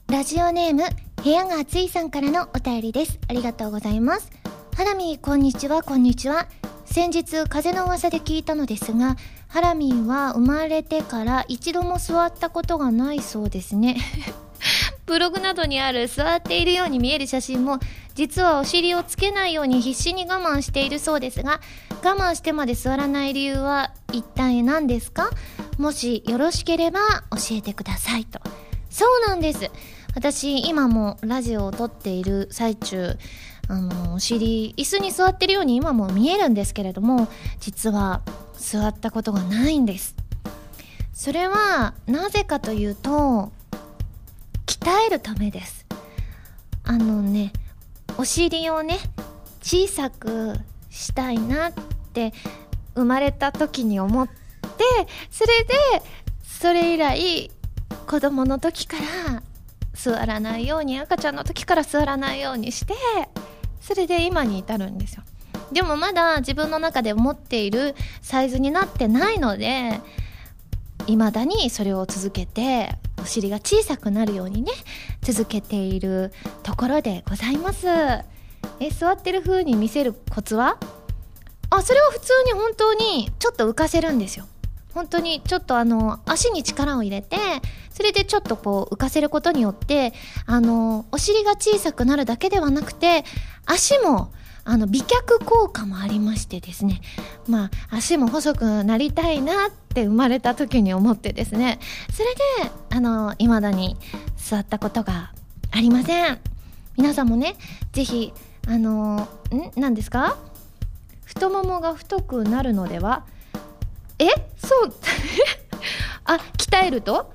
ラジオネーム部屋が暑いさんからのお便りです。ありがとうございます。ハラミー、こんにちは。こんにちは。先日風の噂で聞いたのですが、ハラミーは生まれてから一度も座ったことがないそうですねブログなどにある座っているように見える写真も、実はお尻をつけないように必死に我慢しているそうですが、我慢してまで座らない理由は一体何ですか？もしよろしければ教えてくださいと。そうなんです。私今もラジオを撮っている最中、お尻椅子に座ってるように今も見えるんですけれども、実は座ったことがないんです。それはなぜかというと、鍛えるためです。お尻をね、小さくしたいなって生まれた時に思って、それ以来子供の時から座らないように、赤ちゃんの時から座らないようにして、それで今に至るんですよ。でもまだ自分の中で持っているサイズになってないので、未だにそれを続けて、お尻が小さくなるようにね、続けているところでございます。座ってる風に見せるコツは？それは普通に本当にちょっと浮かせるんですよ。本当にちょっと足に力を入れて、それでちょっとこう浮かせることによって、お尻が小さくなるだけではなくて、足も美脚効果もありましてですね、足も細くなりたいなって生まれた時に思ってですね、それで未だに座ったことがありません。皆さんもね、ぜひ何ですか？太ももが太くなるのでは？そう鍛えると？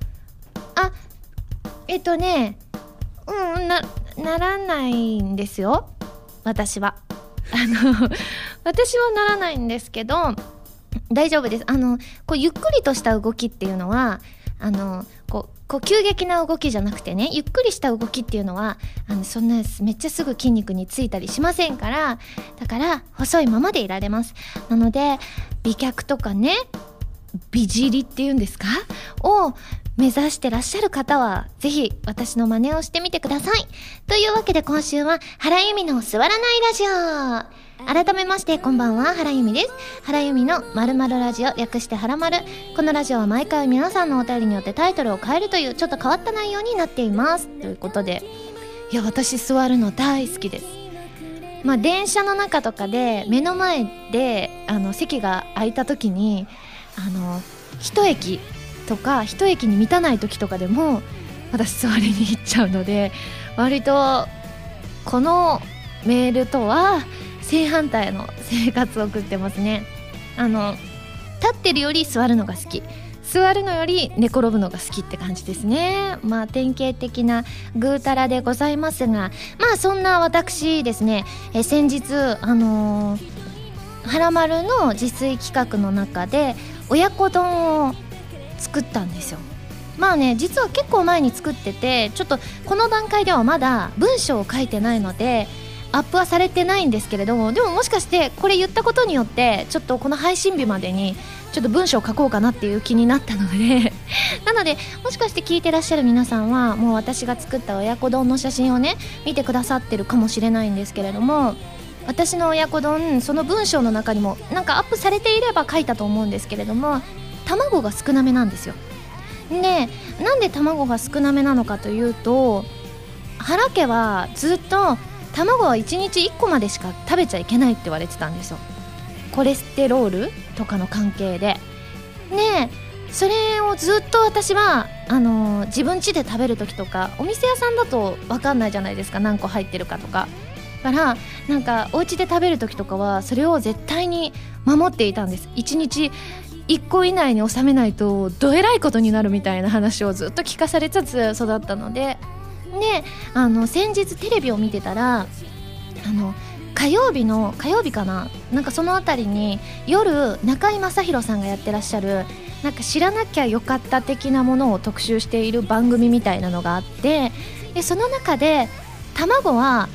ならないんですよ、私は。私はならないんですけど、大丈夫です。ゆっくりとした動きっていうのは、急激な動きじゃなくてね、ゆっくりした動きっていうのは、そんなめっちゃすぐ筋肉についたりしませんから、だから細いままでいられます。なので、美脚とかね、美尻っていうんですか？を目指してらっしゃる方は、ぜひ私の真似をしてみてください。というわけで今週は、原由美の座らないラジオ。改めましてこんばんは、原由美です。原由美の〇〇ラジオ、略して原〇。このラジオは毎回皆さんのお便りによってタイトルを変えるというちょっと変わった内容になっています。ということで、いや、私座るの大好きです。電車の中とかで目の前で席が空いた時に、一駅とか一駅に満たない時とかでも私座りに行っちゃうので、割とこのメールとは正反対の生活を送ってますね。立ってるより座るのが好き、座るのより寝転ぶのが好きって感じですね。典型的なぐうたらでございますが、そんな私ですね、先日はらまるの自炊企画の中で親子丼を作ったんですよ。実は結構前に作ってて、ちょっとこの段階ではまだ文章を書いてないのでアップはされてないんですけれども、でももしかしてこれ言ったことによってちょっとこの配信日までにちょっと文章を書こうかなっていう気になったのでなので、もしかして聞いてらっしゃる皆さんはもう私が作った親子丼の写真をね、見てくださってるかもしれないんですけれども、私の親子丼、その文章の中にもなんかアップされていれば書いたと思うんですけれども、卵が少なめなんですよ。で、なんで卵が少なめなのかというと、原家はずっと卵は1日1個までしか食べちゃいけないって言われてたんですよ。コレステロールとかの関係で。それをずっと私は自分家で食べる時とか、お店屋さんだと分かんないじゃないですか、何個入ってるかとか。だからなんかお家で食べる時とかはそれを絶対に守っていたんです。1日1個以内に収めないとどえらいことになるみたいな話をずっと聞かされつつ育ったので、先日テレビを見てたら、火曜日かな、なんかそのあたりに夜中居正広さんがやってらっしゃる、なんか知らなきゃよかった的なものを特集している番組みたいなのがあって、でその中で卵は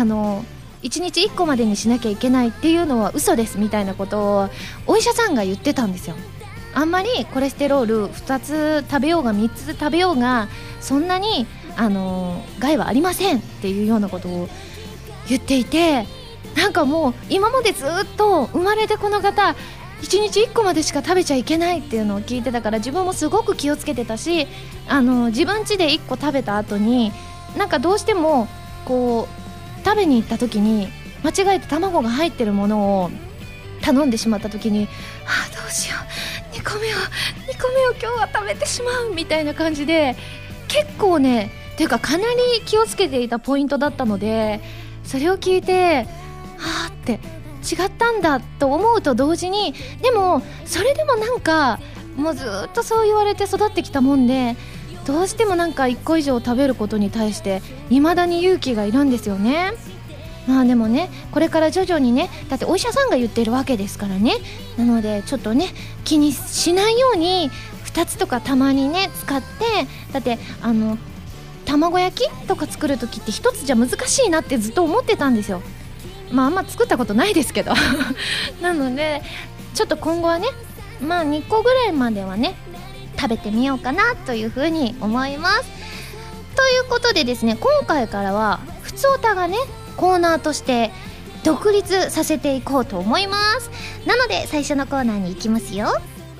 1日1個までにしなきゃいけないっていうのは嘘ですみたいなことをお医者さんが言ってたんですよ。あんまりコレステロール2つ食べようが3つ食べようがそんなに害はありませんっていうようなことを言っていて、なんかもう今までずっと生まれてこの方1日1個までしか食べちゃいけないっていうのを聞いてたから、自分もすごく気をつけてたし、自分家で1個食べた後になんかどうしてもこう食べに行った時に間違えて卵が入ってるものを頼んでしまった時に、どうしよう、2個目を今日は食べてしまうみたいな感じで、結構ねっていうかかなり気をつけていたポイントだったので、それを聞いてって違ったんだと思うと同時に、でもそれでもなんかもうずっとそう言われて育ってきたもんで、どうしてもなんか1個以上食べることに対して未だに勇気がいるんですよね。でもね、これから徐々にね、だってお医者さんが言ってるわけですからね。なのでちょっとね気にしないように2つとかたまにね使って、だって卵焼きとか作るときって1つじゃ難しいなってずっと思ってたんですよ。あんま作ったことないですけどなのでちょっと今後はね、2個ぐらいまではね食べてみようかなというふうに思います。ということでですね、今回からはふつおたがねコーナーとして独立させていこうと思います。なので最初のコーナーに行きますよ。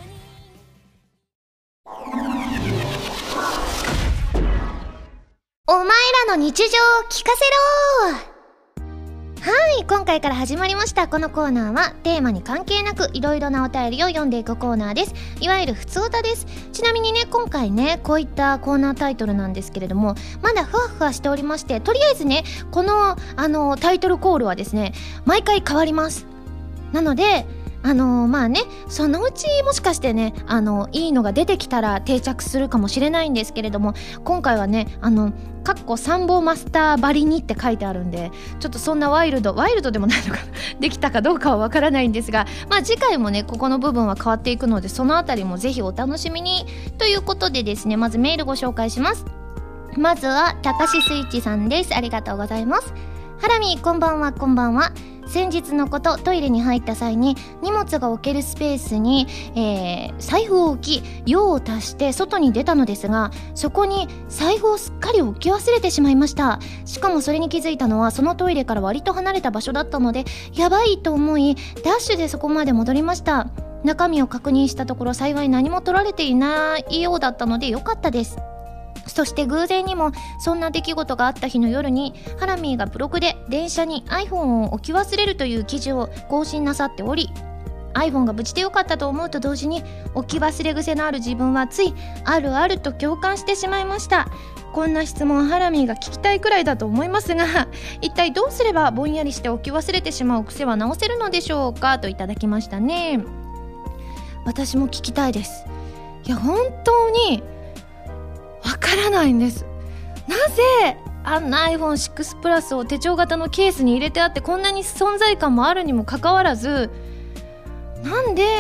お前らの日常を聞かせろ。はい、今回から始まりましたこのコーナーはテーマに関係なくいろいろなお便りを読んでいくコーナーです。いわゆるふつおたです。ちなみにね、今回ねこういったコーナータイトルなんですけれども、まだふわふわしておりまして、とりあえずねこのタイトルコールはですね毎回変わります。なのでそのうちもしかしてねいいのが出てきたら定着するかもしれないんですけれども、今回はねかっこ参謀マスターばりにって書いてあるんで、ちょっとそんなワイルドでもないのかできたかどうかはわからないんですが、次回もねここの部分は変わっていくので、そのあたりもぜひお楽しみにということでですね、まずメールご紹介します。まずはたかしスイッチさんです。ありがとうございます。ハラミこんばんは。こんばんは。先日のこと、トイレに入った際に荷物が置けるスペースに、財布を置き用を足して外に出たのですが、そこに財布をすっかり置き忘れてしまいました。しかもそれに気づいたのはそのトイレから割と離れた場所だったので、やばいと思いダッシュでそこまで戻りました。中身を確認したところ、幸い何も取られていないようだったのでよかったです。そして偶然にもそんな出来事があった日の夜に、ハラミーがブログで電車に iPhone を置き忘れるという記事を更新なさっており、 iPhone が無事でよかったと思うと同時に、置き忘れ癖のある自分はついあるあると共感してしまいました。こんな質問ハラミーが聞きたいくらいだと思いますが、一体どうすればぼんやりして置き忘れてしまう癖は直せるのでしょうか、といただきましたね。私も聞きたいです。いや本当にわからないんです。なぜあんな iPhone6 プラスを手帳型のケースに入れてあって、こんなに存在感もあるにもかかわらず、なんで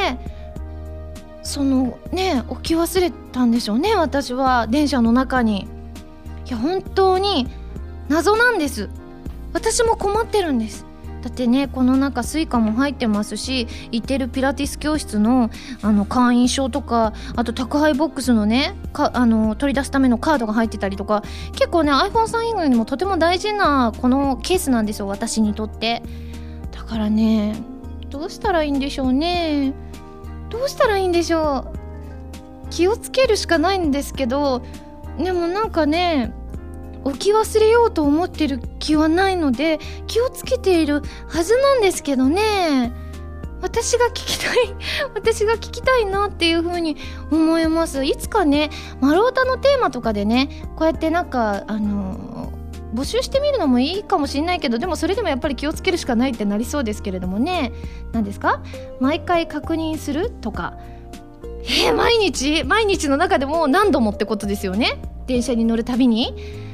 置き忘れたんでしょうね、私は電車の中に。いや本当に謎なんです。私も困ってるんです。だってね、この中スイカも入ってますし、行ってるピラティス教室の会員証とか、あと宅配ボックスのね取り出すためのカードが入ってたりとか、結構ね iPhone さん以外にもとても大事なこのケースなんですよ、私にとって。だからね、どうしたらいいんでしょうね。どうしたらいいんでしょう。気をつけるしかないんですけど、でもなんかね置き忘れようと思ってる気はないので、気をつけているはずなんですけどね。私が聞きたいなっていう風に思います。いつかね丸太のテーマとかでね、こうやってなんか募集してみるのもいいかもしれないけど、でもそれでもやっぱり気をつけるしかないってなりそうですけれどもね。何ですか、毎回確認するとか、毎日の中でも何度もってことですよね、電車に乗るたびに。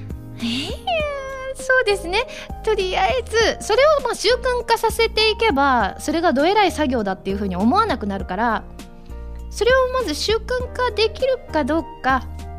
そうですね。とりあえずそれを習慣化させていけば、それがどえらい作業だっていう風に思わなくなるから、それをまず習慣化できるかどうかっ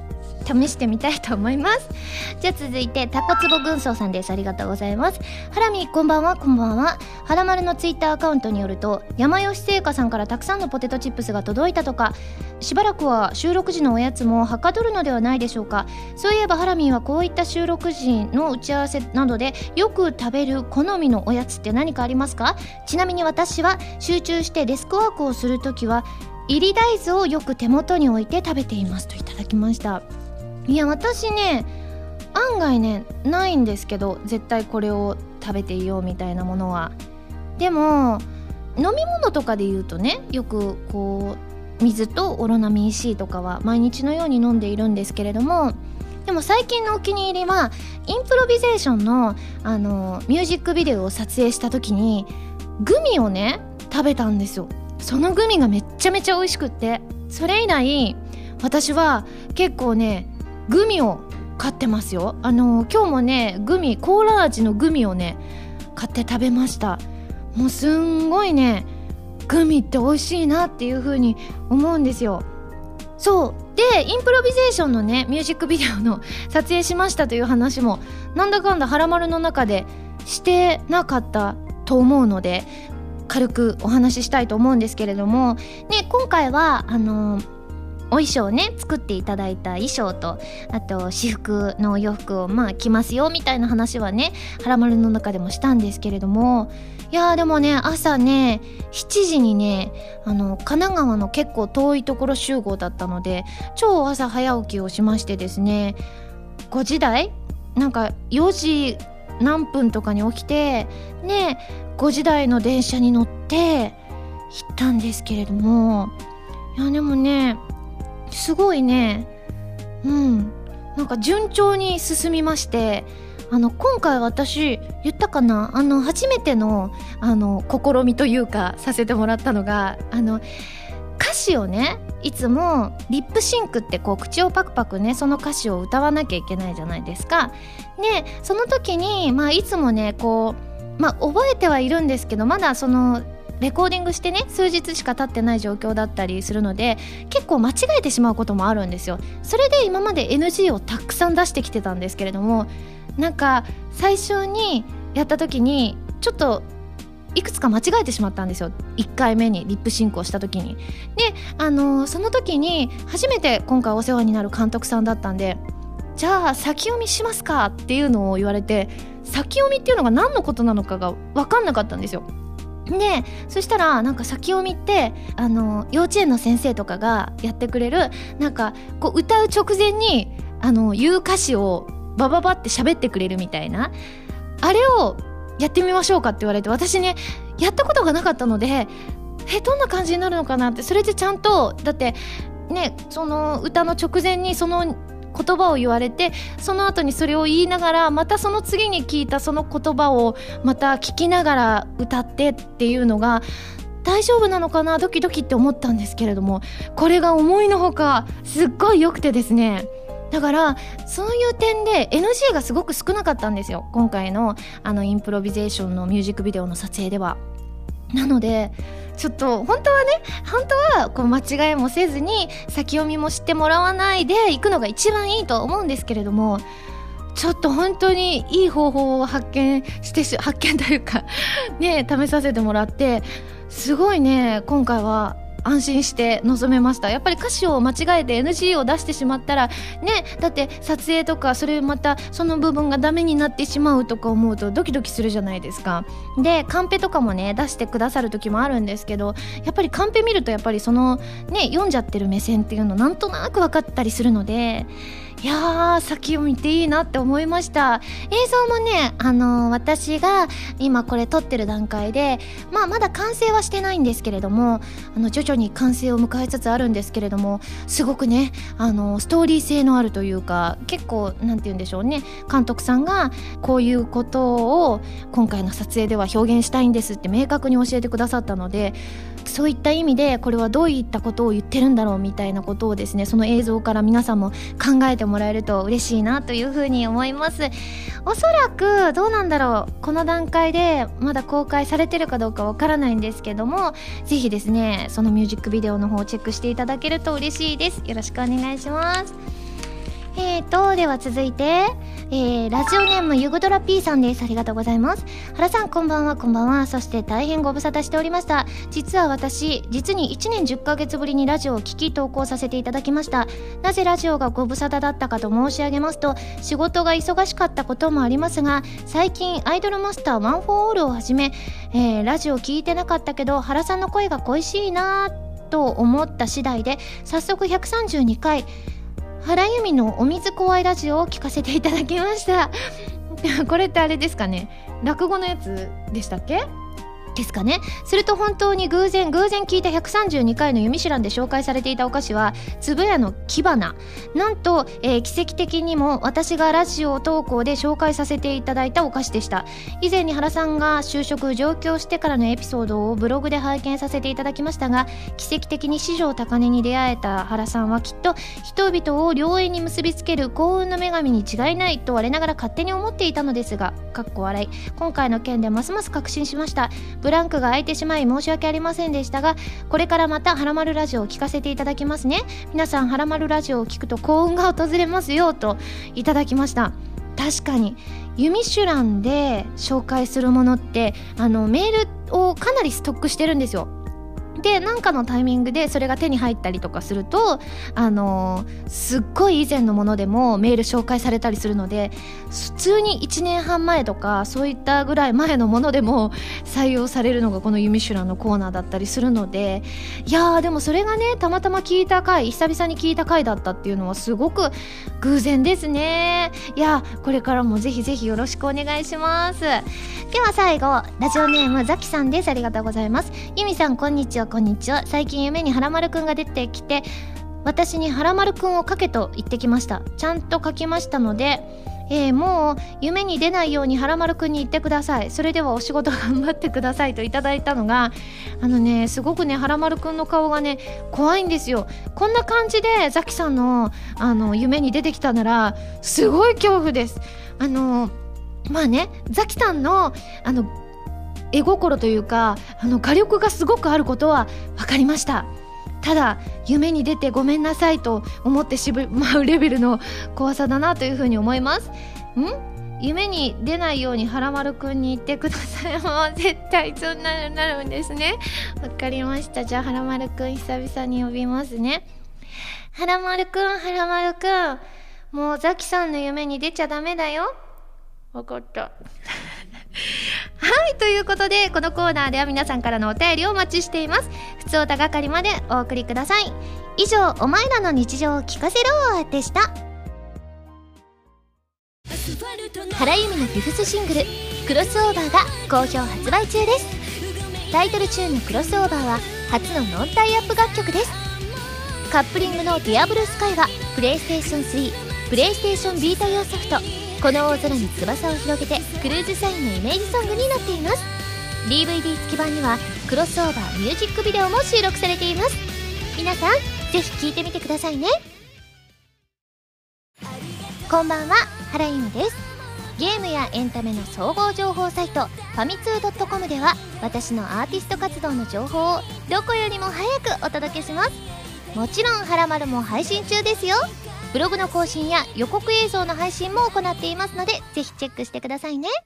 試してみたいと思います。じゃあ続いてタコツボ軍曹さんです。ありがとうございます。ハラミこんばんは。こんばんは。ハラマルのツイッターアカウントによると、山吉製菓さんからたくさんのポテトチップスが届いたとか、しばらくは収録時のおやつもはかどるのではないでしょうか。そういえばハラミはこういった収録時の打ち合わせなどでよく食べる好みのおやつって何かありますか？ちなみに私は集中してデスクワークをするときは入り大豆をよく手元に置いて食べていますといただきました。いや私ね案外ねないんですけど、絶対これを食べていようみたいなものは。でも飲み物とかで言うとね、よくこう水とオロナミン C とかは毎日のように飲んでいるんですけれども、でも最近のお気に入りはインプロビゼーションのミュージックビデオを撮影した時にグミをね食べたんですよ。そのグミがめっちゃめちゃ美味しくって、それ以来私は結構ねグミを買ってますよ。今日もねグミ、コーラ味のグミをね買って食べました。もうすんごいねグミって美味しいなっていう風に思うんですよ。そうでインプロビゼーションのねミュージックビデオの撮影しましたという話もなんだかんだハラマルの中でしてなかったと思うので、軽くお話ししたいと思うんですけれどもね、今回はお衣装をね作っていただいた衣装と、あと私服のお洋服を着ますよみたいな話はねハラマルの中でもしたんですけれども、いやでもね朝ね7時にね神奈川の結構遠いところ集合だったので超朝早起きをしましてですね、5時台なんか4時何分とかに起きてね5時台の電車に乗って行ったんですけれども、いやでもねすごいねなんか順調に進みまして、今回私言ったかな、初めての試みというかさせてもらったのが歌詞をねいつもリップシンクってこう口をパクパクねその歌詞を歌わなきゃいけないじゃないですか。でその時にいつもねこう覚えてはいるんですけど、まだそのレコーディングしてね数日しか経ってない状況だったりするので結構間違えてしまうこともあるんですよ。それで今まで NG をたくさん出してきてたんですけれども、なんか最初にやった時にちょっといくつか間違えてしまったんですよ。1回目にリップシンクをした時に。でその時に初めて今回お世話になる監督さんだったんで、じゃあ先読みしますかっていうのを言われて、先読みっていうのが何のことなのかが分かんなかったんですよ。でそしたらなんか先読みって幼稚園の先生とかがやってくれるなんかこう歌う直前に言う歌詞をバババって喋ってくれるみたいな、あれをやってみましょうかって言われて、私ねやったことがなかったのでどんな感じになるのかなって。それでちゃんとだってねその歌の直前にその言葉を言われて、その後にそれを言いながらまたその次に聞いたその言葉をまた聞きながら歌ってっていうのが大丈夫なのかなドキドキって思ったんですけれども、これが思いのほかすっごい良くてですね、だからそういう点で NG がすごく少なかったんですよ今回のインプロビゼーションのミュージックビデオの撮影では。なのでちょっと本当はこう間違いもせずに先読みもしてもらわないで行くのが一番いいとは思うんですけれども、ちょっと本当にいい方法を発見というかね試させてもらって、すごいね今回は安心して臨めました。やっぱり歌詞を間違えて NG を出してしまったらね、だって撮影とかそれまたその部分がダメになってしまうとか思うとドキドキするじゃないですか。でカンペとかもね出してくださる時もあるんですけど、やっぱりカンペ見るとやっぱりそのね読んじゃってる目線っていうのなんとなく分かったりするので、いやー先を見ていいなって思いました。映像もね私が今これ撮ってる段階でまだ完成はしてないんですけれども徐々に完成を迎えつつあるんですけれども、すごくねストーリー性のあるというか、結構なんて言うんでしょうね、監督さんがこういうことを今回の撮影では表現したいんですって明確に教えてくださったので、そういった意味でこれはどういったことを言ってるんだろうみたいなことをですね、その映像から皆さんも考えてもらえると嬉しいなというふうに思います。おそらくどうなんだろう、この段階でまだ公開されてるかどうかわからないんですけども、ぜひですねそのミュージックビデオの方をチェックしていただけると嬉しいです。よろしくお願いします。いでは続いて、ラジオネームゆぐドラ P さんです。ありがとうございます。原さんこんばんは。こんばんは。そして大変ご無沙汰しておりました。実は私、実に1年10ヶ月ぶりにラジオを聞き投稿させていただきました。なぜラジオがご無沙汰だったかと申し上げますと、仕事が忙しかったこともありますが、最近アイドルマスターワンフォーオールをはじめ、ラジオ聞いてなかったけど原さんの声が恋しいなと思った次第で、早速132回原由美のお水怖いラジオを聞かせていただきましたこれってあれですかね、落語のやつでしたっけですかね。すると本当に偶然聞いた132回のユミシュランで紹介されていたお菓子はつぶやのキバナ、なんと、奇跡的にも私がラジオ投稿で紹介させていただいたお菓子でした。以前に原さんが就職上京してからのエピソードをブログで拝見させていただきましたが、奇跡的に四条高値に出会えた原さんはきっと人々を良縁に結びつける幸運の女神に違いないと我ながら勝手に思っていたのですが、かっこ笑い、今回の件でますます確信しました。ブランクが空いてしまい申し訳ありませんでしたが、これからまたはらまるラジオを聞かせていただきますね。皆さんはらまるラジオを聞くと幸運が訪れますよといただきました。確かにユミシュランで紹介するものってメールをかなりストックしてるんですよ。で、なんかのタイミングでそれが手に入ったりとかするとすっごい以前のものでもメール紹介されたりするので、普通に1年半前とかそういったぐらい前のものでも採用されるのがこのユミシュランのコーナーだったりするので、いやーでもそれがね、たまたま聞いた回、久々に聞いた回だったっていうのはすごく偶然ですね。いや、これからもぜひぜひよろしくお願いします。では最後、ラジオネームザキさんです。ありがとうございます。ユミさんこんにちは。こんにちは。最近夢にはらまるくんが出てきて、私にはらまるくんを書けと言ってきました。ちゃんと書きましたので、もう夢に出ないようにはらまるくんに言ってください。それではお仕事頑張ってくださいといただいたのが、すごくね、はらまるくんの顔がね怖いんですよ。こんな感じでザキさんの夢に出てきたならすごい恐怖です。まあね、ザキさんの絵心というか画力がすごくあることは分かりました。ただ夢に出てごめんなさいと思ってしまうレベルの怖さだなというふうに思います。夢に出ないようにはらまるくんに言ってください。もう絶対そんなのなるんですね。わかりました。じゃあはらまるくん久々に呼びますね。はらまるくん、はらまるくん、もうザキさんの夢に出ちゃダメだよ。わかったはい、ということでこのコーナーでは皆さんからのお便りをお待ちしています。ふつおた係までお送りください。以上、お前らの日常を聞かせろでした。原由美のフィフスシングルクロスオーバーが好評発売中です。タイトルチューンのクロスオーバーは初のノンタイアップ楽曲です。カップリングのディアブルスカイはプレイステーション3、プレイステーションビータ用ソフトこの大空に翼を広げてクルーズサインのイメージソングになっています。 DVD 付き版にはクロスオーバーミュージックビデオも収録されています。皆さんぜひ聴いてみてくださいね。こんばんは、原由美です。ゲームやエンタメの総合情報サイトファミツー .com では私のアーティスト活動の情報をどこよりも早くお届けします。もちろんはらまるも配信中ですよ。ブログの更新や予告映像の配信も行っていますのでぜひチェックしてくださいね。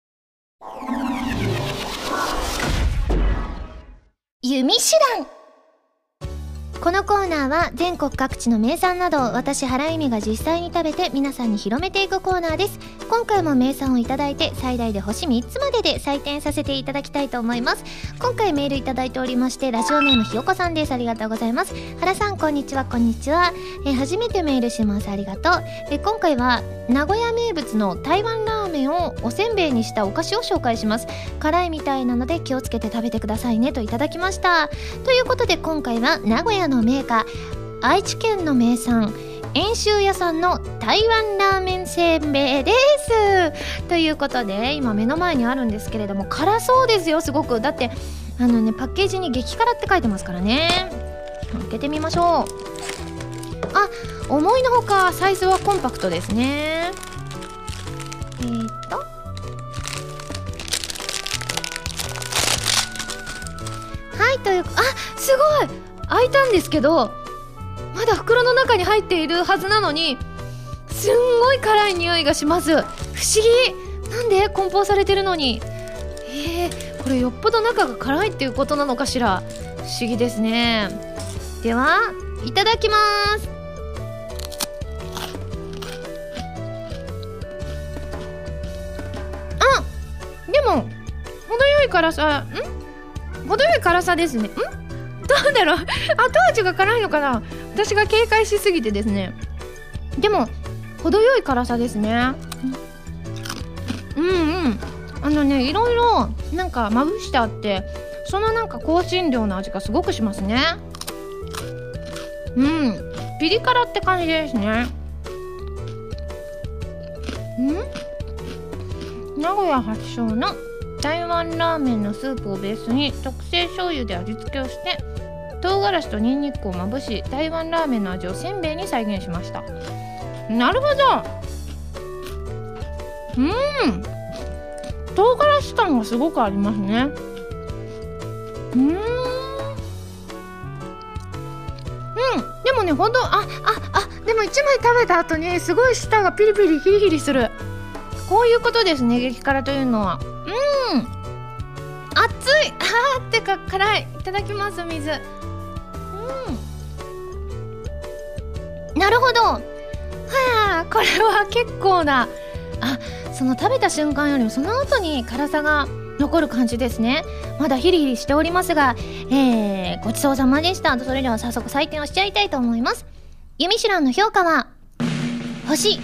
ユミシュラン。このコーナーは全国各地の名産などを私原由美が実際に食べて皆さんに広めていくコーナーです。今回も名産をいただいて最大で星3つまでで採点させていただきたいと思います。今回メールいただいておりまして、ラジオネームひよこさんです。ありがとうございます。原さんこんにちは。こんにちは。初めてメールします。ありがとう。今回は名古屋名物の台湾ラーメンをおせんべいにしたお菓子を紹介します。辛いみたいなので気をつけて食べてくださいねといただきました。ということで今回は名古屋のメーカー愛知県の名産遠州屋さんの台湾ラーメンせんべいですということで今目の前にあるんですけれども、辛そうですよすごく。だってパッケージに激辛って書いてますからね。開けてみましょう。あ、思いのほかサイズはコンパクトですね。はいという、あ、すごい開いたんですけどまだ袋の中に入っているはずなのにすんごい辛い匂いがします。不思議。なんで梱包されてるのに。これよっぽど中が辛いっていうことなのかしら。不思議ですね。ではいただきます。でも程よい辛さ、程よい辛さですね。どうだろう後味が辛いのかな、私が警戒しすぎてですね。でも程よい辛さですね。いろいろなんかまぶしてあって、そのなんか香辛料の味がすごくしますね。ピリ辛って感じですね。名古屋発祥の台湾ラーメンのスープをベースに特製醤油で味付けをして、唐辛子とニンニクをまぶし、台湾ラーメンの味をせんべいに再現しました。なるほど。唐辛子感がすごくありますね。でもね、ほんとでも1枚食べた後にすごい舌がピリピリヒリヒリする。こういうことですね、激辛というのは。熱い。ってか辛い。いただきます、水。なるほど。これは結構な。その食べた瞬間よりもその後に辛さが残る感じですね。まだヒリヒリしておりますが、ごちそうさまでした。それでは早速採点をしちゃいたいと思います。ユミシュランの評価は星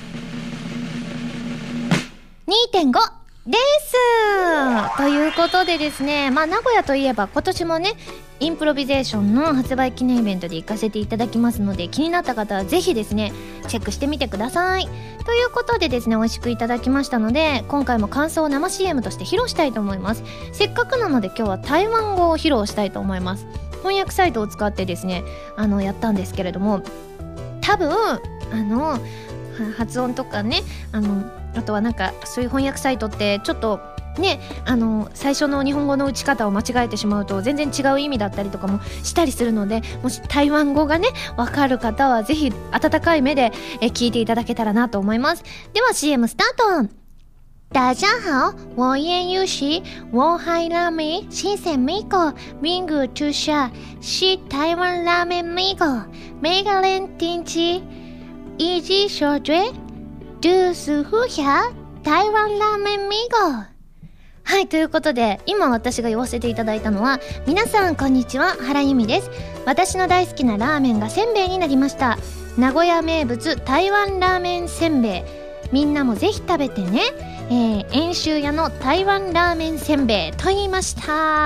2.5 ですということでですね、名古屋といえば今年もね、インプロビゼーションの発売記念イベントで行かせていただきますので、気になった方はぜひですねチェックしてみてください。ということでですね、美味しくいただきましたので、今回も感想を生 CM として披露したいと思います。せっかくなので今日は台湾語を披露したいと思います。翻訳サイトを使ってですねやったんですけれども、多分発音とかね、あとはなんかそういう翻訳サイトってちょっとね、最初の日本語の打ち方を間違えてしまうと全然違う意味だったりとかもしたりするので、もし台湾語がねわかる方はぜひ温かい目で聞いていただけたらなと思います。では CM スタート。大家好，我燕玉溪，我海拉面新鲜米果，名古出下是台湾拉面米果，每个人定期一起小嘴，就是呼下台湾ラーメン米果。はい、ということで今私が言わせていただいたのは、皆さんこんにちは、原由美です。私の大好きなラーメンがせんべいになりました。名古屋名物台湾ラーメンせんべい、みんなもぜひ食べてね。遠州屋の台湾ラーメンせんべいと言いました。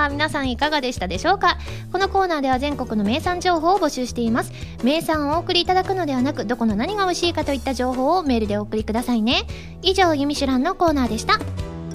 皆さんいかがでしたでしょうか。このコーナーでは全国の名産情報を募集しています。名産をお送りいただくのではなく、どこの何が美味しいかといった情報をメールでお送りくださいね。以上、ユミシュランのコーナーでした。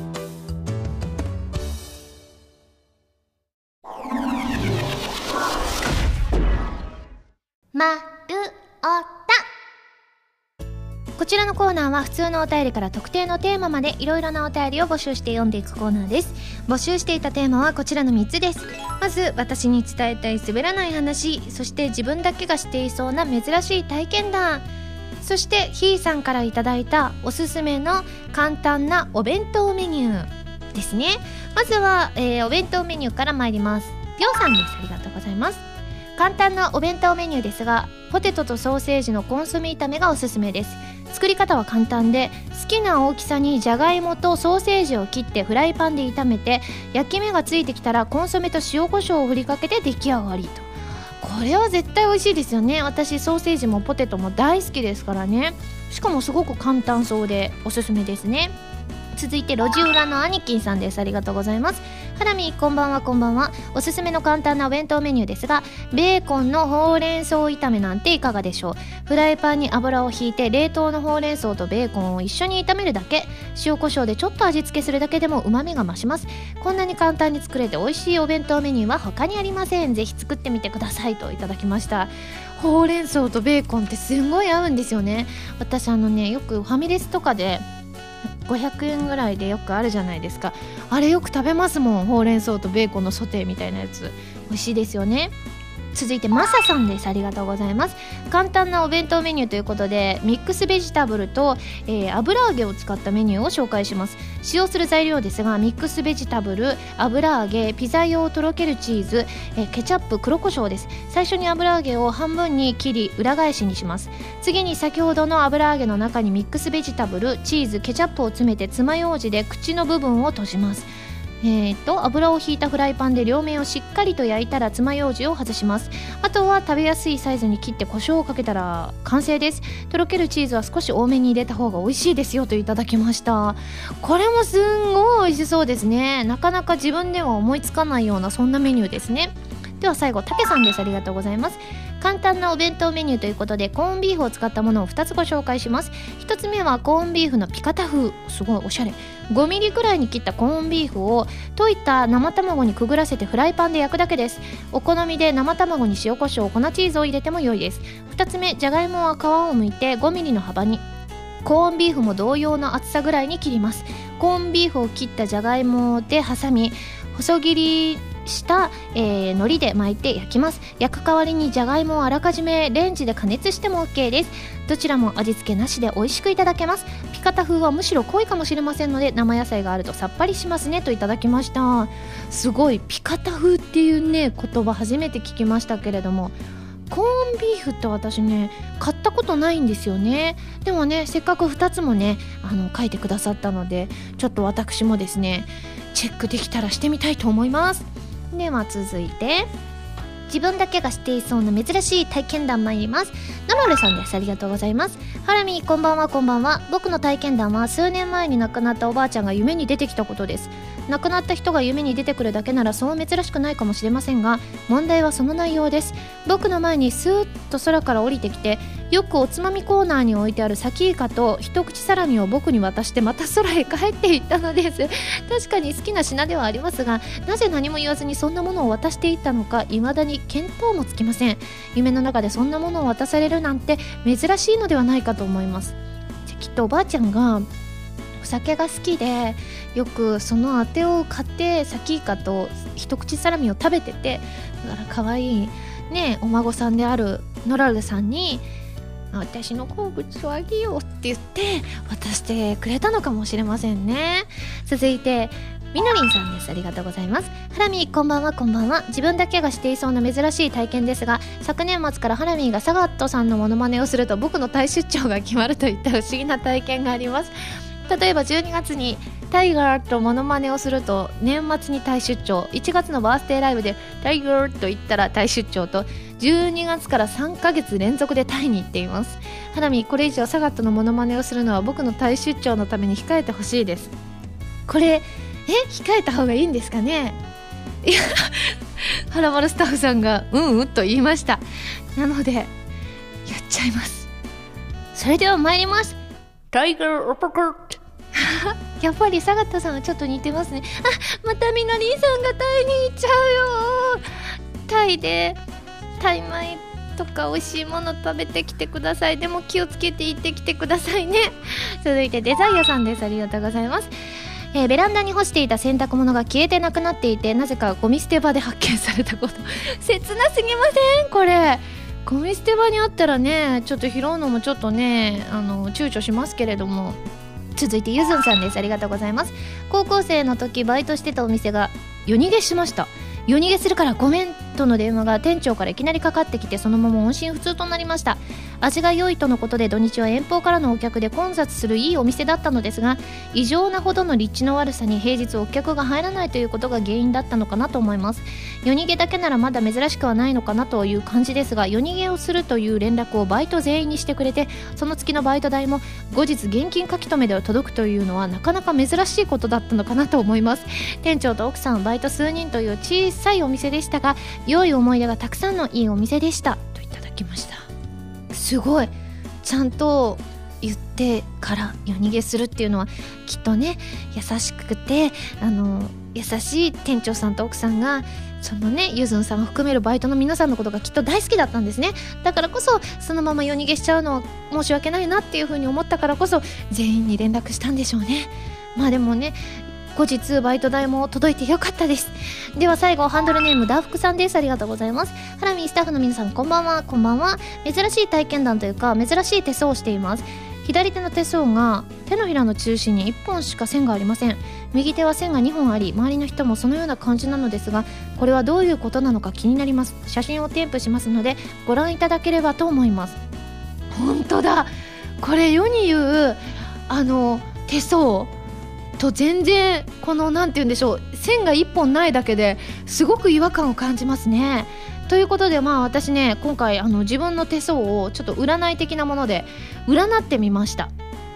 まるおた。こちらのコーナーは普通のお便りから特定のテーマまでいろいろなお便りを募集して読んでいくコーナーです。募集していたテーマはこちらの3つです。まず、私に伝えたい滑らない話、そして自分だけがしていそうな珍しい体験談、そしてひーさんからいただいたおすすめの簡単なお弁当メニューですね。まずは、お弁当メニューから参ります。ぴょうさんです。ありがとうございます。簡単なお弁当メニューですが、ポテトとソーセージのコンソメ炒めがおすすめです。作り方は簡単で、好きな大きさにじゃがいもとソーセージを切ってフライパンで炒めて、焼き目がついてきたらコンソメと塩コショウを振りかけて出来上がりと。これは絶対美味しいですよね。私ソーセージもポテトも大好きですからね。しかもすごく簡単そうでおすすめですね。続いて路地裏のアニキンさんです。ありがとうございます。ハラミこんばんは。こんばんは。おすすめの簡単なお弁当メニューですが、ベーコンのほうれん草炒めなんていかがでしょう。フライパンに油をひいて冷凍のほうれん草とベーコンを一緒に炒めるだけ。塩コショウでちょっと味付けするだけでも旨味が増します。こんなに簡単に作れて美味しいお弁当メニューは他にありません。ぜひ作ってみてくださいといただきました。ほうれん草とベーコンってすごい合うんですよね。私よくファミレスとかで500円ぐらいでよくあるじゃないですか。あれよく食べますもん。ほうれん草とベーコンのソテーみたいなやつ美味しいですよね。 続いてマサさんです。ありがとうございます。簡単なお弁当メニューということでミックスベジタブルと、油揚げを使ったメニューを紹介します。使用する材料ですが、ミックスベジタブル、油揚げ、ピザ用とろけるチーズ、ケチャップ、黒胡椒です。最初に油揚げを半分に切り裏返しにします。次に先ほどの油揚げの中にミックスベジタブル、チーズ、ケチャップを詰めて爪楊枝で口の部分を閉じます。油をひいたフライパンで両面をしっかりと焼いたら爪楊枝を外します。あとは食べやすいサイズに切って胡椒をかけたら完成です。とろけるチーズは少し多めに入れた方が美味しいですよといただきました。これもすんごい美味しそうですね。なかなか自分では思いつかないようなそんなメニューですね。では最後、たけさんです。ありがとうございます。簡単なお弁当メニューということでコーンビーフを使ったものを2つご紹介します。1つ目はコーンビーフのピカタ風、すごいおしゃれ。5ミリくらいに切ったコーンビーフを溶いた生卵にくぐらせてフライパンで焼くだけです。お好みで生卵に塩コショウ、粉チーズを入れても良いです。2つ目、じゃがいもは皮を剥いて5ミリの幅に、コーンビーフも同様の厚さぐらいに切ります。コーンビーフを切ったじゃがいもで挟み、細切りした海苔で巻いて焼きます。焼く代わりにじゃがいもをあらかじめレンジで加熱しても OK です。どちらも味付けなしで美味しくいただけます。ピカタ風はむしろ濃いかもしれませんので生野菜があるとさっぱりしますねといただきました。すごい、ピカタ風っていうね言葉初めて聞きましたけれども、コーンビーフって私ね買ったことないんですよね。でもね、せっかく2つもね書いてくださったので、ちょっと私もですねチェックできたらしてみたいと思います。では続いて、自分だけが知っていそうな珍しい体験談参ります。ノロレさんです。ありがとうございます。ハラミこんばんは。こんばんは。僕の体験談は数年前に亡くなったおばあちゃんが夢に出てきたことです。亡くなった人が夢に出てくるだけならそう珍しくないかもしれませんが、問題はその内容です。僕の前にスーッと空から降りてきて、よくおつまみコーナーに置いてあるサキイカと一口サラミを僕に渡してまた空へ帰っていったのです。確かに好きな品ではありますが、なぜ何も言わずにそんなものを渡していったのか未だに見当もつきません。夢の中でそんなものを渡されるなんて珍しいのではないかと思います。じゃきっとおばあちゃんがお酒が好きで、よくそのあてを買ってサキイカと一口サラミを食べてて、だから可愛いねお孫さんであるノラルさんに、私の好物をあげようって言って渡してくれたのかもしれませんね。続いてみのりんさんです。ありがとうございます。ハラミーこんばんは。こんばんは。自分だけがしていそうな珍しい体験ですが、昨年末からハラミーがサガットさんのモノマネをすると僕のタイ出張が決まるといった不思議な体験があります。例えば12月にタイガーとモノマネをすると年末にタイ出張、1月のバースデーライブでタイガーと言ったらタイ出張と、12月から3ヶ月連続でタイに行っています。ハラミーこれ以上サガットのモノマネをするのは僕のタイ出張のために控えてほしいです。これ控えた方がいいんですかね。いやハラマルスタッフさんがうんと言いました。なのでやっちゃいます。それでは参ります。タイガーオパカットやっぱりサガットさんはちょっと似てますね。またみのりんさんがタイに行っちゃうよ。タイでタイ米とか美味しいもの食べてきてください。でも気をつけて行ってきてくださいね。続いてデザイアさんです。ありがとうございます。ベランダに干していた洗濯物が消えてなくなっていて、なぜかゴミ捨て場で発見されたこと切なすぎません？これゴミ捨て場にあったらね、ちょっと拾うのもちょっとね躊躇しますけれども。続いてゆずんさんです。ありがとうございます。高校生の時バイトしてたお店が夜逃げしました。夜逃げするからごめんとの電話が店長からいきなりかかってきて、そのまま音信不通となりました。味が良いとのことで土日は遠方からのお客で混雑するいいお店だったのですが、異常なほどの立地の悪さに平日お客が入らないということが原因だったのかなと思います。夜逃げだけならまだ珍しくはないのかなという感じですが、夜逃げをするという連絡をバイト全員にしてくれて、その月のバイト代も後日現金書き留めで届くというのはなかなか珍しいことだったのかなと思います。店長と奥さんバイト数人という小さいお店でしたが、良い思い出がたくさんのいいお店でしたといただきました。すごいちゃんと言ってから夜逃げするっていうのはきっとね、優しくて優しい店長さんと奥さんが、そのねゆずんさんを含めるバイトの皆さんのことがきっと大好きだったんですね。だからこそそのまま夜逃げしちゃうのは申し訳ないなっていう風に思ったからこそ全員に連絡したんでしょうね。まあでもね、 後日バイト代も届いてよかったです。では最後、ハンドルネームダーフクさんです。ありがとうございます。ハラミースタッフの皆さん、こんばんは。こんばんは。珍しい体験談というか珍しい手相をしています。左手の手相が手のひらの中心に1本しか線がありません。右手は線が2本あり、周りの人もそのような感じなのですが、これはどういうことなのか気になります。写真を添付しますのでご覧いただければと思います。本当だ、これ世に言う手相と全然このなんて言うんでしょう、線が1本ないだけですごく違和感を感じますね。ということで私ね、今回自分の手相をちょっと占い的なもので占ってみました。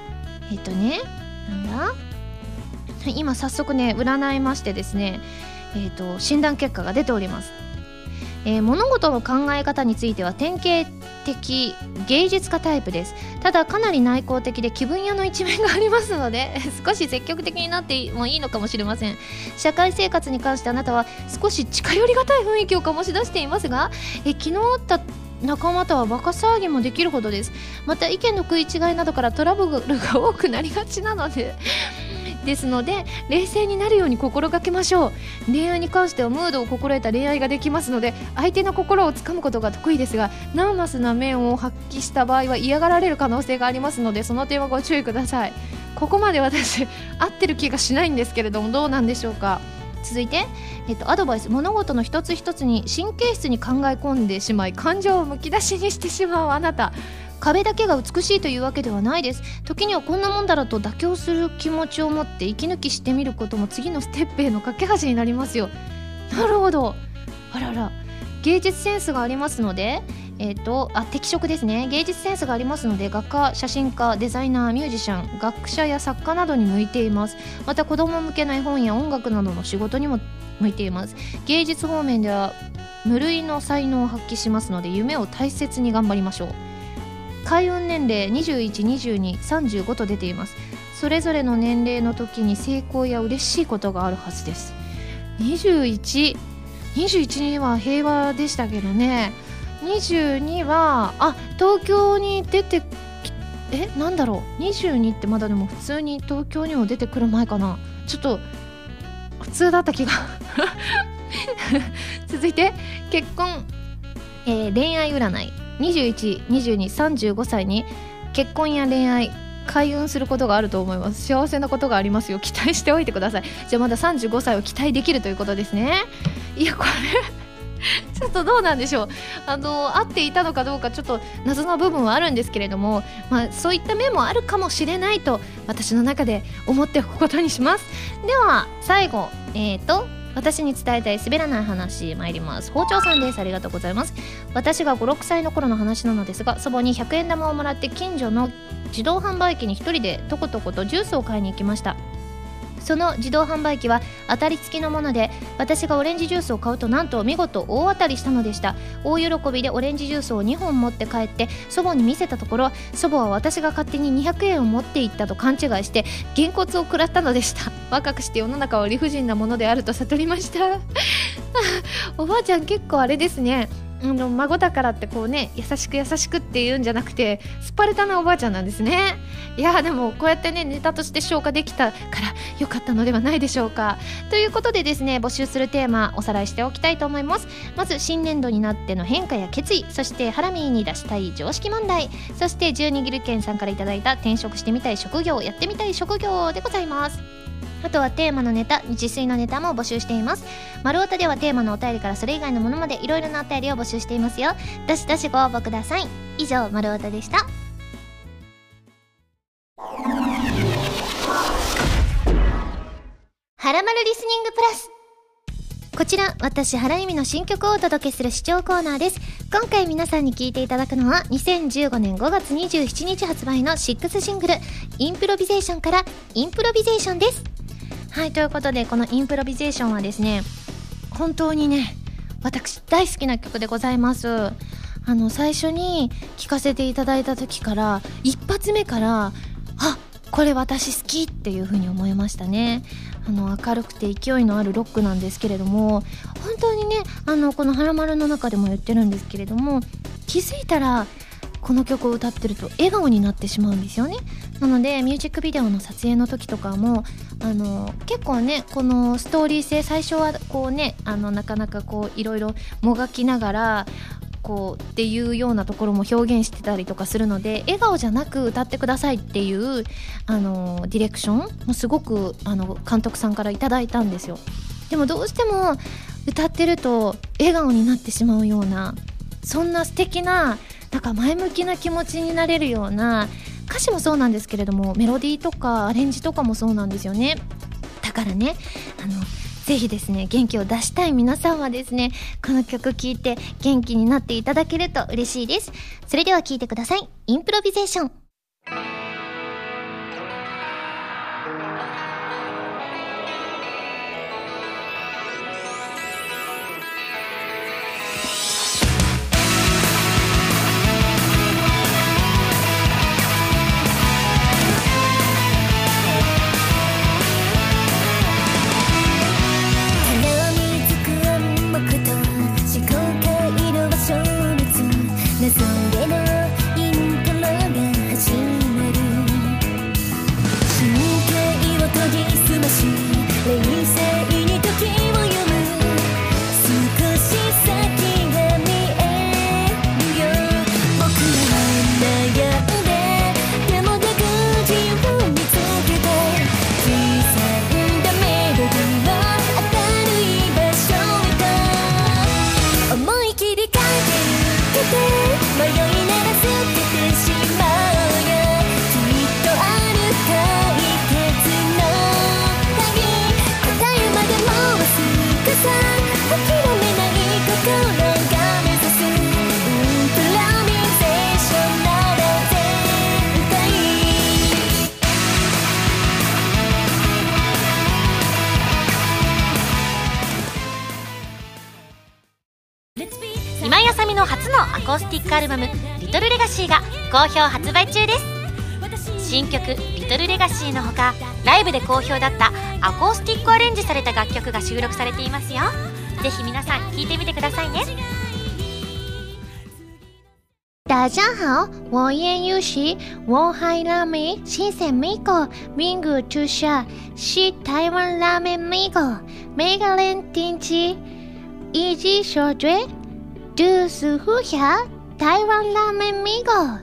なんだ、今早速ね占いましてですね、診断結果が出ております。物事の考え方については典型的芸術家タイプです。ただかなり内向的で気分屋の一面がありますので少し積極的になってもいいのかもしれません。社会生活に関してあなたは少し近寄りがたい雰囲気を醸し出していますが、昨日会った仲間とはバカ騒ぎもできるほどです。また意見の食い違いなどからトラブルが多くなりがちなのですので冷静になるように心がけましょう。恋愛に関してはムードを心得た恋愛ができますので、相手の心をつかむことが得意ですが、ナーマスな面を発揮した場合は嫌がられる可能性がありますので、その点はご注意ください。ここまで私合ってる気がしないんですけれども、どうなんでしょうか。続いて、アドバイス。物事の一つ一つに神経質に考え込んでしまい感情をむき出しにしてしまうあなた、壁だけが美しいというわけではないです。時にはこんなもんだろうと妥協する気持ちを持って息抜きしてみることも次のステップへの架け橋になりますよ。なるほど。あらら、芸術センスがありますので適色ですね。芸術センスがありますので画家、写真家、デザイナー、ミュージシャン、学者や作家などに向いています。また子供向けの絵本や音楽などの仕事にも向いています。芸術方面では無類の才能を発揮しますので夢を大切に頑張りましょう。開運年齢21、22、35と出ています。それぞれの年齢の時に成功や嬉しいことがあるはずです。21には平和でしたけどね。22は東京に出てなんだろう、22ってまだでも普通に東京にも出てくる前かな。ちょっと普通だった気が続いて結婚、恋愛占い。21、22、35歳に結婚や恋愛開運することがあると思います。幸せなことがありますよ。期待しておいてください。じゃあまだ35歳を期待できるということですね。いやこれちょっとどうなんでしょう。合っていたのかどうかちょっと謎の部分はあるんですけれども、そういった面もあるかもしれないと私の中で思っておくことにします。では最後、私に伝えたい滑らない話参ります。包丁さんです。ありがとうございます。私が5、6歳の頃の話なのですが、祖母に100円玉をもらって近所の自動販売機に一人でとことことジュースを買いに行きました。その自動販売機は当たり付きのもので、私がオレンジジュースを買うとなんと見事大当たりしたのでした。大喜びでオレンジジュースを2本持って帰って祖母に見せたところ、祖母は私が勝手に200円を持っていったと勘違いしてげんこつを食らったのでした。若くして世の中は理不尽なものであると悟りましたおばあちゃん結構あれですね、孫だからってこうね、優しくって言うんじゃなくてスパルタなおばあちゃんなんですね。いやでもこうやってね、ネタとして消化できたから良かったのではないでしょうか。ということでですね、募集するテーマおさらいしておきたいと思います。まず新年度になっての変化や決意、そしてハラミーに出したい常識問題、そして12ギルケンさんからいただいた転職してみたい職業、やってみたい職業でございます。あとはテーマのネタ、自炊のネタも募集しています。丸太ではテーマのお便りからそれ以外のものまでいろいろなお便りを募集していますよ。どしどしご応募ください。以上、丸太でした。はらまるリスニングプラス。こちら私原由美の新曲をお届けする視聴コーナーです。今回皆さんに聴いていただくのは2015年5月27日発売の6シングルインプロビゼーションからインプロビゼーションです。はい、ということでこのインプロビゼーションはですね、本当にね私大好きな曲でございます。最初に聴かせていただいた時から一発目からこれ私好きっていう風に思いましたね。明るくて勢いのあるロックなんですけれども、本当にねこのはらまるの中でも言ってるんですけれども、気づいたらこの曲を歌ってると笑顔になってしまうんですよね。なのでミュージックビデオの撮影の時とかも結構ねこのストーリー性、最初はこうねなかなかこういろいろもがきながらこうっていうようなところも表現してたりとかするので、笑顔じゃなく歌ってくださいっていうディレクションもすごく監督さんからいただいたんですよ。でもどうしても歌ってると笑顔になってしまうような、そんな素敵ななんか前向きな気持ちになれるような歌詞もそうなんですけれども、メロディーとかアレンジとかもそうなんですよね。だからねぜひですね、元気を出したい皆さんはですね、この曲聴いて元気になっていただけると嬉しいです。それでは聴いてください。インプロビゼーション。 今井あさみの初のアコースティックアルバム「リトルレガシー」が好評発売中です。新曲「リトルレガシー」のほか、ライブで好評だったアコースティックアレンジされた楽曲が収録されていますよ。ぜひ皆さん聴いてみてくださいね。 大家好，我燕ยูชิ我海拉美新鲜美国名古屋下是台湾拉面美国每个人定期以及小嘴就是呼下台湾拉面美国。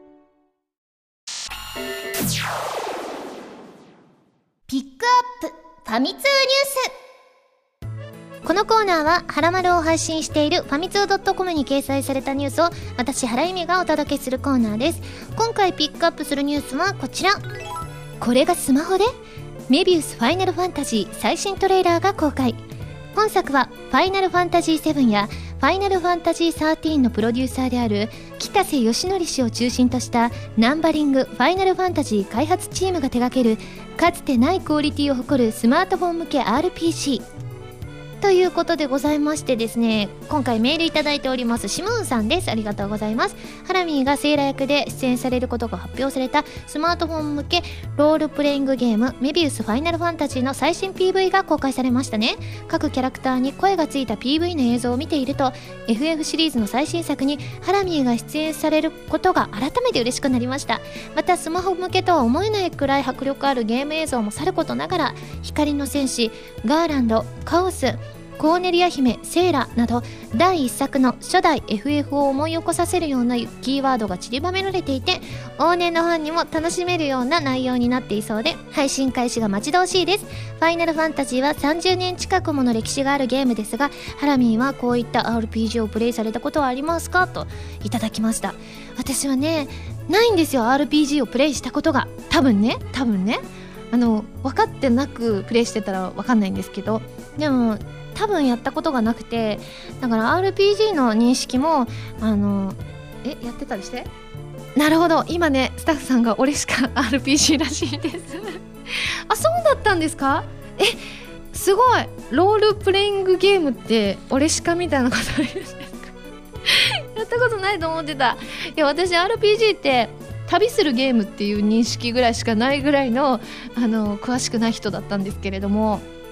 ピックアップファミ通ニュース。このコーナーははらまるを配信しているファミツー .com に掲載されたニュースを私原由美がお届けするコーナーです。今回ピックアップするニュースはこちら。これがスマホで？メビウスファイナルファンタジー最新トレーラーが公開。本作はファイナルファンタジー7やファイナルファンタジー13のプロデューサーである北瀬義則氏を中心としたナンバリングファイナルファンタジー開発チームが手掛けるかつてないクオリティを誇るスマートフォン向け RPGということでございましてですね、今回メールいただいておりますシモンさんです。ありがとうございます。ハラミーがセイラ役で出演されることが発表されたスマートフォン向けロールプレイングゲームメビウスファイナルファンタジーの最新 PV が公開されましたね。各キャラクターに声がついた PV の映像を見ていると FF シリーズの最新作にハラミーが出演されることが改めて嬉しくなりました。またスマホ向けとは思えないくらい迫力あるゲーム映像もさることながら、光の戦士、ガーランド、カオス、コーネリア姫、セーラなど第1作の初代 FF を思い起こさせるようなキーワードが散りばめられていて、往年のファンにも楽しめるような内容になっていそうで配信開始が待ち遠しいです。ファイナルファンタジーは30年近くもの歴史があるゲームですが、ハラミーはこういった RPG をプレイされたことはありますかといただきました。私はね、ないんですよ、 RPG をプレイしたことが。多分ね分かってなくプレイしてたら分かんないんですけど、でも多分やったことがなくて、だから RPG の認識もやってたりして、なるほど、今ねスタッフさんが俺しか RPG らしいですあ、そうだったんですか。すごい、ロールプレイングゲームって俺しかみたいなこと言うんですかやったことないと思ってた。いや、私 RPG って旅するゲームっていう認識ぐらいしかないぐらいの詳しくない人だったんですけれども、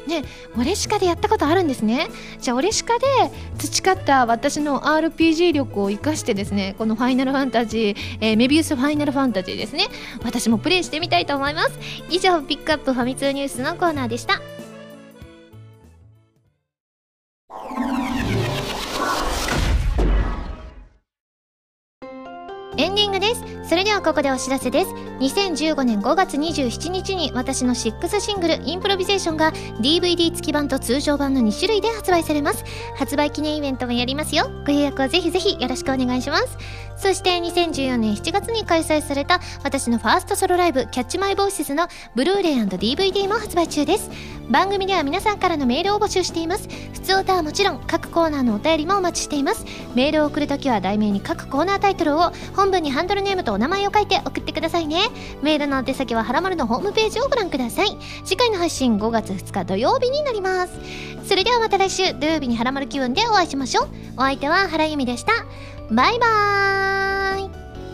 ね、オレシカでやったことあるんですね。じゃあオレシカで培った私の RPG 力を生かしてですね、このファイナルファンタジー、メビウスファイナルファンタジーですね、私もプレイしてみたいと思います。以上、ピックアップファミ通ニュースのコーナーでした。エンディングです。それではここでお知らせです。2015年5月27日に私の6シングルインプロビゼーションが DVD 付き版と通常版の2種類で発売されます。発売記念イベントもやりますよ。ご予約をぜひぜひよろしくお願いします。そして2014年7月に開催された私のファーストソロライブキャッチマイボイスズのブルーレイ&DVD も発売中です。番組では皆さんからのメールを募集しています。普通歌はもちろん各コーナーのお便りもお待ちしています。メールを送るときは題名に各コーナータイトルを、本文にハンドルネームとお名前を書いて送ってくださいね。メールの宛先ははらまるのホームページをご覧ください。次回の配信5月2日土曜日になります。それではまた来週土曜日にはらまる気分でお会いしましょう。お相手は原由美でした。バイバーイ。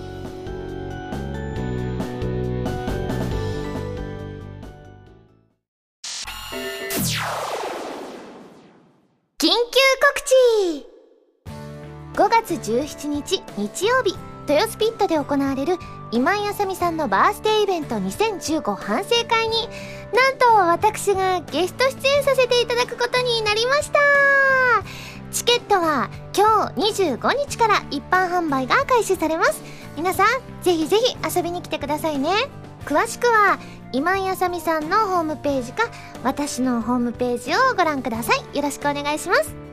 緊急告知。5月17日日曜日、豊洲ピットで行われる今井あさみさんのバースデーイベント2015反省会に、なんと私がゲスト出演させていただくことになりました。チケットは今日25日から一般販売が開始されます。皆さんぜひぜひ遊びに来てくださいね。詳しくは今井あさみさんのホームページか私のホームページをご覧ください。よろしくお願いします。